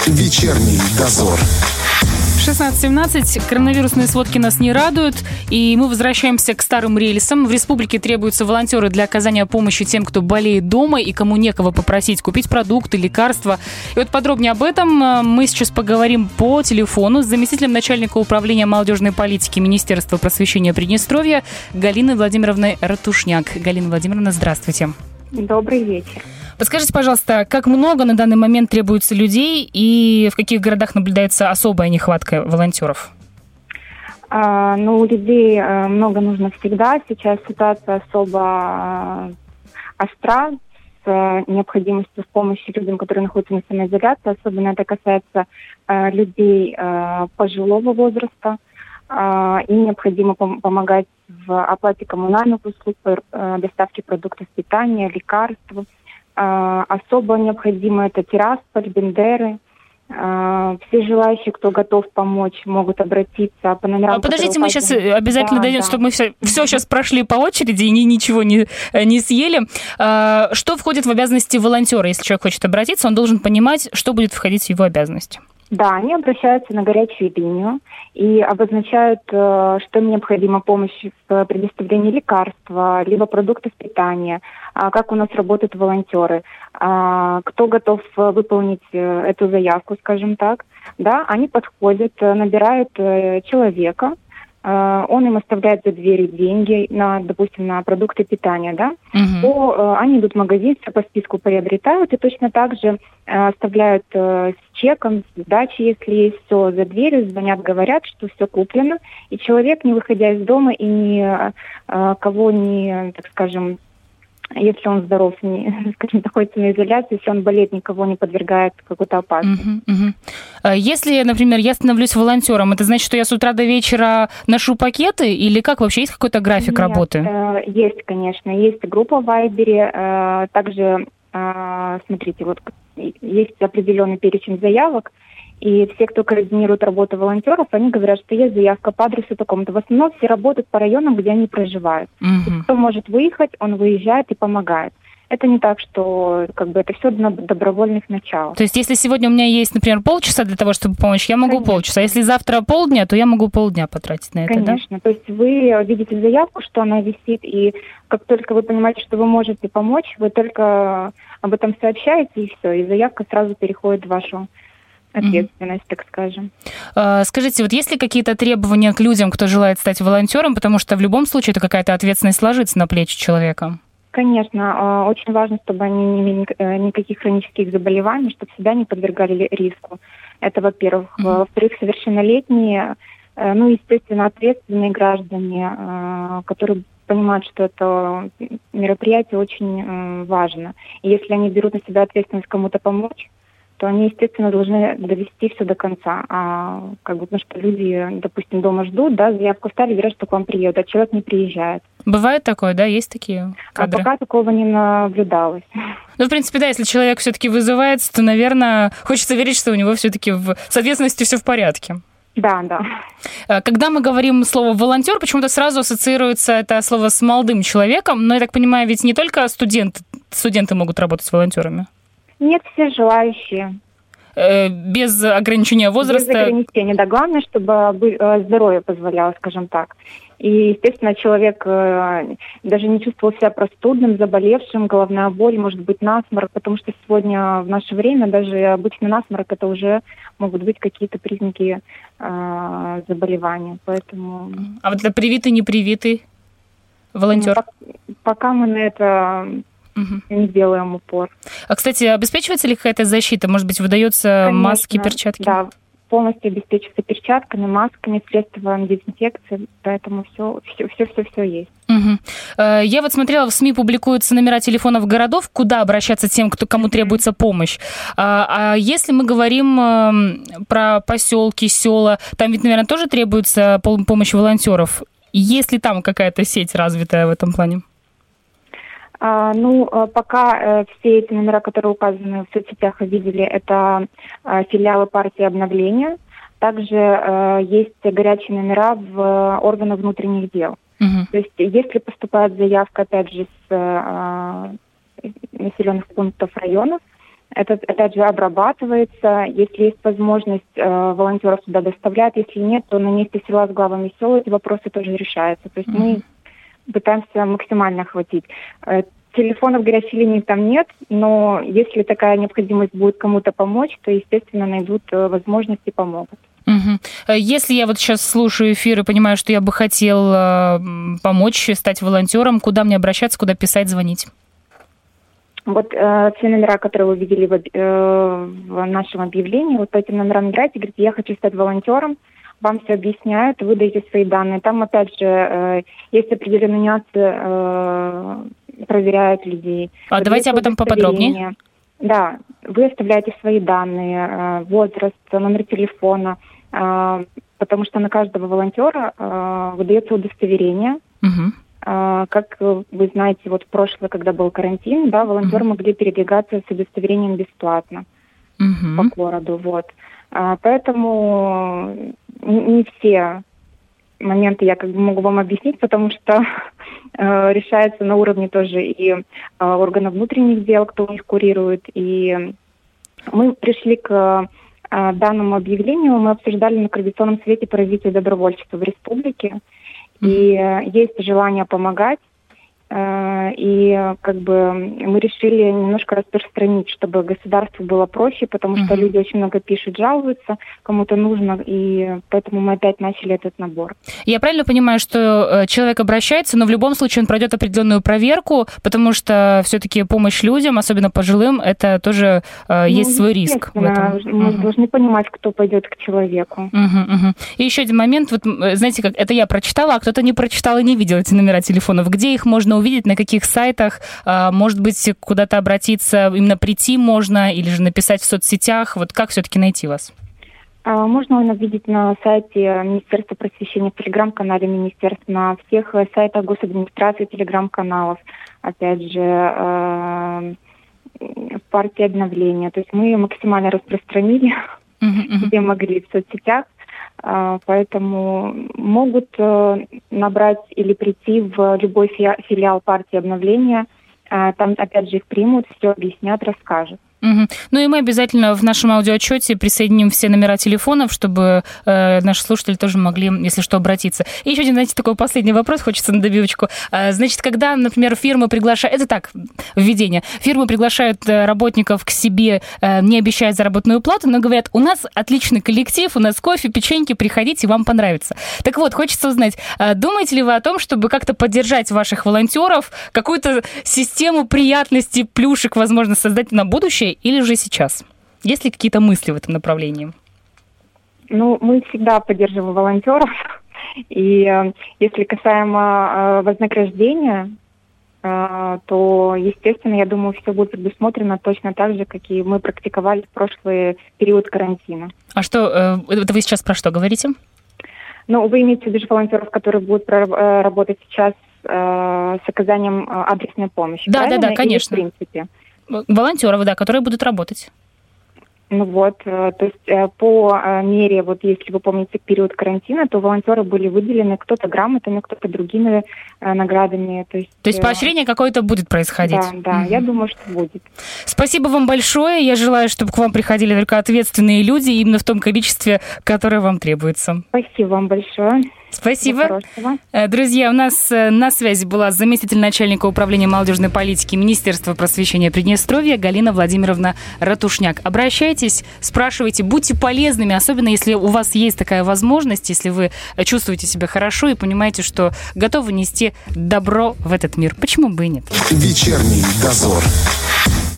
Вечерний дозор. 16:17. Коронавирусные сводки нас не радуют, и мы возвращаемся к старым рельсам. В республике требуются волонтеры для оказания помощи тем, кто болеет дома и кому некого попросить купить продукты, лекарства. И вот подробнее об этом мы сейчас поговорим по телефону с заместителем начальника управления молодежной политики Министерства просвещения Приднестровья Галиной Владимировной Ратушняк. Галина Владимировна, здравствуйте. Добрый вечер. Подскажите, пожалуйста, как много на данный момент требуется людей и в каких городах наблюдается особая нехватка волонтеров? Людей много нужно всегда. Сейчас ситуация особо остра с необходимостью в помощи людям, которые находятся на самоизоляции. Особенно это касается людей пожилого возраста. Им необходимо помогать в оплате коммунальных услуг, доставке продуктов питания, лекарств. Особо необходимо это Тирасполь, Бендеры. Все желающие, кто готов помочь, могут обратиться по номерам. Подождите, мы сейчас обязательно дойдем, чтобы мы все сейчас прошли по очереди и ничего не съели. Что входит в обязанности волонтера? Если человек хочет обратиться, он должен понимать, что будет входить в его обязанности. Да, они обращаются на горячую линию и обозначают, что им необходима помощь в предоставлении лекарства, либо продуктов питания, как у нас работают волонтеры, кто готов выполнить эту заявку, скажем так. Да, они подходят, набирают человека, он им оставляет за дверью деньги, допустим, на продукты питания, да. Они идут в магазин, все по списку приобретают и точно так же оставляют с чеком, с сдачей, если есть, все за дверью, звонят, говорят, что все куплено, и человек, не выходя из дома и никого не, так скажем, если он здоров, находится на изоляции, если он болеет, никого не подвергает какой-то опасности. Если, например, я становлюсь волонтером, это значит, что я с утра до вечера ношу пакеты, или как вообще? Есть какой-то график работы? Есть, конечно. Есть группа в Вайбере. Также, смотрите, вот есть определенный перечень заявок, и все, кто координирует работу волонтеров, они говорят, что есть заявка по адресу такому-то. В основном все работают по районам, где они проживают. Кто может выехать, он выезжает и помогает. Это не так, что это все на добровольных началах. То есть, если сегодня у меня есть, например, полчаса для того, чтобы помочь, я могу полчаса. Если завтра полдня, то я могу полдня потратить на это, Конечно. То есть вы видите заявку, что она висит, и как только вы понимаете, что вы можете помочь, вы только об этом сообщаете, и все. И заявка сразу переходит в вашу ответственность, так скажем. Скажите, вот есть ли какие-то требования к людям, кто желает стать волонтером, потому что в любом случае это какая-то ответственность ложится на плечи человека? Конечно, очень важно, чтобы они не имели никаких хронических заболеваний, чтобы себя не подвергали риску. Это, во-первых. Во-вторых, совершеннолетние, естественно, ответственные граждане, которые понимают, что это мероприятие очень важно. И если они берут на себя ответственность кому-то помочь, то они, естественно, должны довести все до конца. Потому что люди, допустим, дома ждут, да, заявку ставили, говорят, что к вам приедут, а человек не приезжает. Бывает такое, да? Есть такие кадры? Пока такого не наблюдалось. В принципе, да, если человек все-таки вызывается, то, наверное, хочется верить, что у него все-таки с ответственностью все в порядке. Да. Когда мы говорим слово «волонтер», почему-то сразу ассоциируется это слово с молодым человеком, но, я так понимаю, ведь не только студенты могут работать волонтерами. Нет, все желающие. Без ограничения возраста? Без ограничения, да. Главное, чтобы здоровье позволяло, скажем так. И, естественно, человек даже не чувствовал себя простудным, заболевшим, головная боль, может быть, насморк, потому что сегодня в наше время даже обычный насморк, это уже могут быть какие-то признаки заболевания. Поэтому... А вот для привитый, непривитый волонтер? Пока мы на это... не делаем упор. А, кстати, обеспечивается ли какая-то защита? Может быть, выдается маски, перчатки? Да, полностью обеспечивается перчатками, масками, средствами дезинфекции, поэтому все есть. Я вот смотрела, в СМИ публикуются номера телефонов городов, куда обращаться тем, кому требуется помощь. А если мы говорим про поселки, села, там ведь, наверное, тоже требуется помощь волонтеров. Есть ли там какая-то сеть развитая в этом плане? Пока все эти номера, которые указаны в соцсетях, видели, это филиалы партии обновления. Также есть горячие номера в органах внутренних дел. То есть, если поступает заявка, опять же, с населенных пунктов районов, Это, опять же, обрабатывается. Если есть возможность, волонтеров сюда доставляют. Если нет, то на месте села с главами сел эти вопросы тоже решаются. То есть мы пытаемся максимально охватить. Телефонов горячей линии там нет, но если такая необходимость будет кому-то помочь, то, естественно, найдут возможности и помогут. Если я вот сейчас слушаю эфир и понимаю, что я бы хотел помочь, стать волонтером, куда мне обращаться, куда писать, звонить? Вот все номера, которые вы видели в нашем объявлении, вот по этим номерам набирайте, говорите, я хочу стать волонтером, вам все объясняют, вы даете свои данные. Там, опять же, есть определенные нюансы, проверяют людей. Давайте об этом поподробнее. Да, вы оставляете свои данные, возраст, номер телефона, потому что на каждого волонтера выдается удостоверение. Как вы знаете, вот в прошлое, когда был карантин, да, волонтеры могли передвигаться с удостоверением бесплатно по городу. Вот. Поэтому не все моменты я могу вам объяснить, потому что решается на уровне тоже и органов внутренних дел, кто их курирует. И мы пришли к данному объявлению, мы обсуждали на Координационном совете по развитию добровольчества в республике. И есть желание помогать. И мы решили немножко распространить, чтобы государству было проще, потому что люди очень много пишут, жалуются, кому-то нужно, и поэтому мы опять начали этот набор. Я правильно понимаю, что человек обращается, но в любом случае он пройдет определенную проверку, потому что все-таки помощь людям, особенно пожилым, это тоже есть свой риск в этом. Мы должны понимать, кто пойдет к человеку. И еще один момент, вот знаете, как это я прочитала, а кто-то не прочитал и не видел эти номера телефонов. Где их можно увидеть, на каких сайтах, может быть, куда-то обратиться, именно прийти можно, или же написать в соцсетях, вот как все-таки найти вас? Можно увидеть на сайте Министерства просвещения, в телеграм-канале Министерства, на всех сайтах госадминистрации, телеграм-каналов, опять же, в партии обновления. То есть мы максимально распространили, где могли, в соцсетях. Поэтому могут набрать или прийти в любой филиал партии обновления. Там, опять же, их примут, все объяснят, расскажут. Ну и мы обязательно в нашем аудиоотчете присоединим все номера телефонов, чтобы наши слушатели тоже могли, если что, обратиться. И еще один, знаете, такой последний вопрос, хочется на добивочку. Значит, когда, например, фирмы приглашают... Это так, введение. Фирмы приглашают работников к себе, не обещают заработную плату, но говорят, у нас отличный коллектив, у нас кофе, печеньки, приходите, вам понравится. Так вот, хочется узнать, думаете ли вы о том, чтобы как-то поддержать ваших волонтеров, какую-то систему приятностей, плюшек, возможно, создать на будущее, или же сейчас? Есть ли какие-то мысли в этом направлении? Ну, мы всегда поддерживаем волонтеров. И если касаемо вознаграждения, то, естественно, я думаю, все будет предусмотрено точно так же, как и мы практиковали в прошлый период карантина. А что, это вы сейчас про что говорите? Ну, вы имеете в виду волонтеров, которые будут работать сейчас с оказанием адресной помощи, да, конечно. Или в принципе? Волонтеров, да, которые будут работать. Ну вот, то есть по мере, вот если вы помните период карантина, то волонтеры были выделены кто-то грамотами, кто-то другими наградами. То есть поощрение какое-то будет происходить? Да, я думаю, что будет. Спасибо вам большое. Я желаю, чтобы к вам приходили только ответственные люди, именно в том количестве, которое вам требуется. Спасибо вам большое. Спасибо. Друзья, у нас на связи была заместитель начальника управления молодежной политики Министерства просвещения Приднестровья Галина Владимировна Ратушняк. Обращайтесь, спрашивайте, будьте полезными, особенно если у вас есть такая возможность, если вы чувствуете себя хорошо и понимаете, что готовы нести добро в этот мир. Почему бы и нет? Вечерний дозор.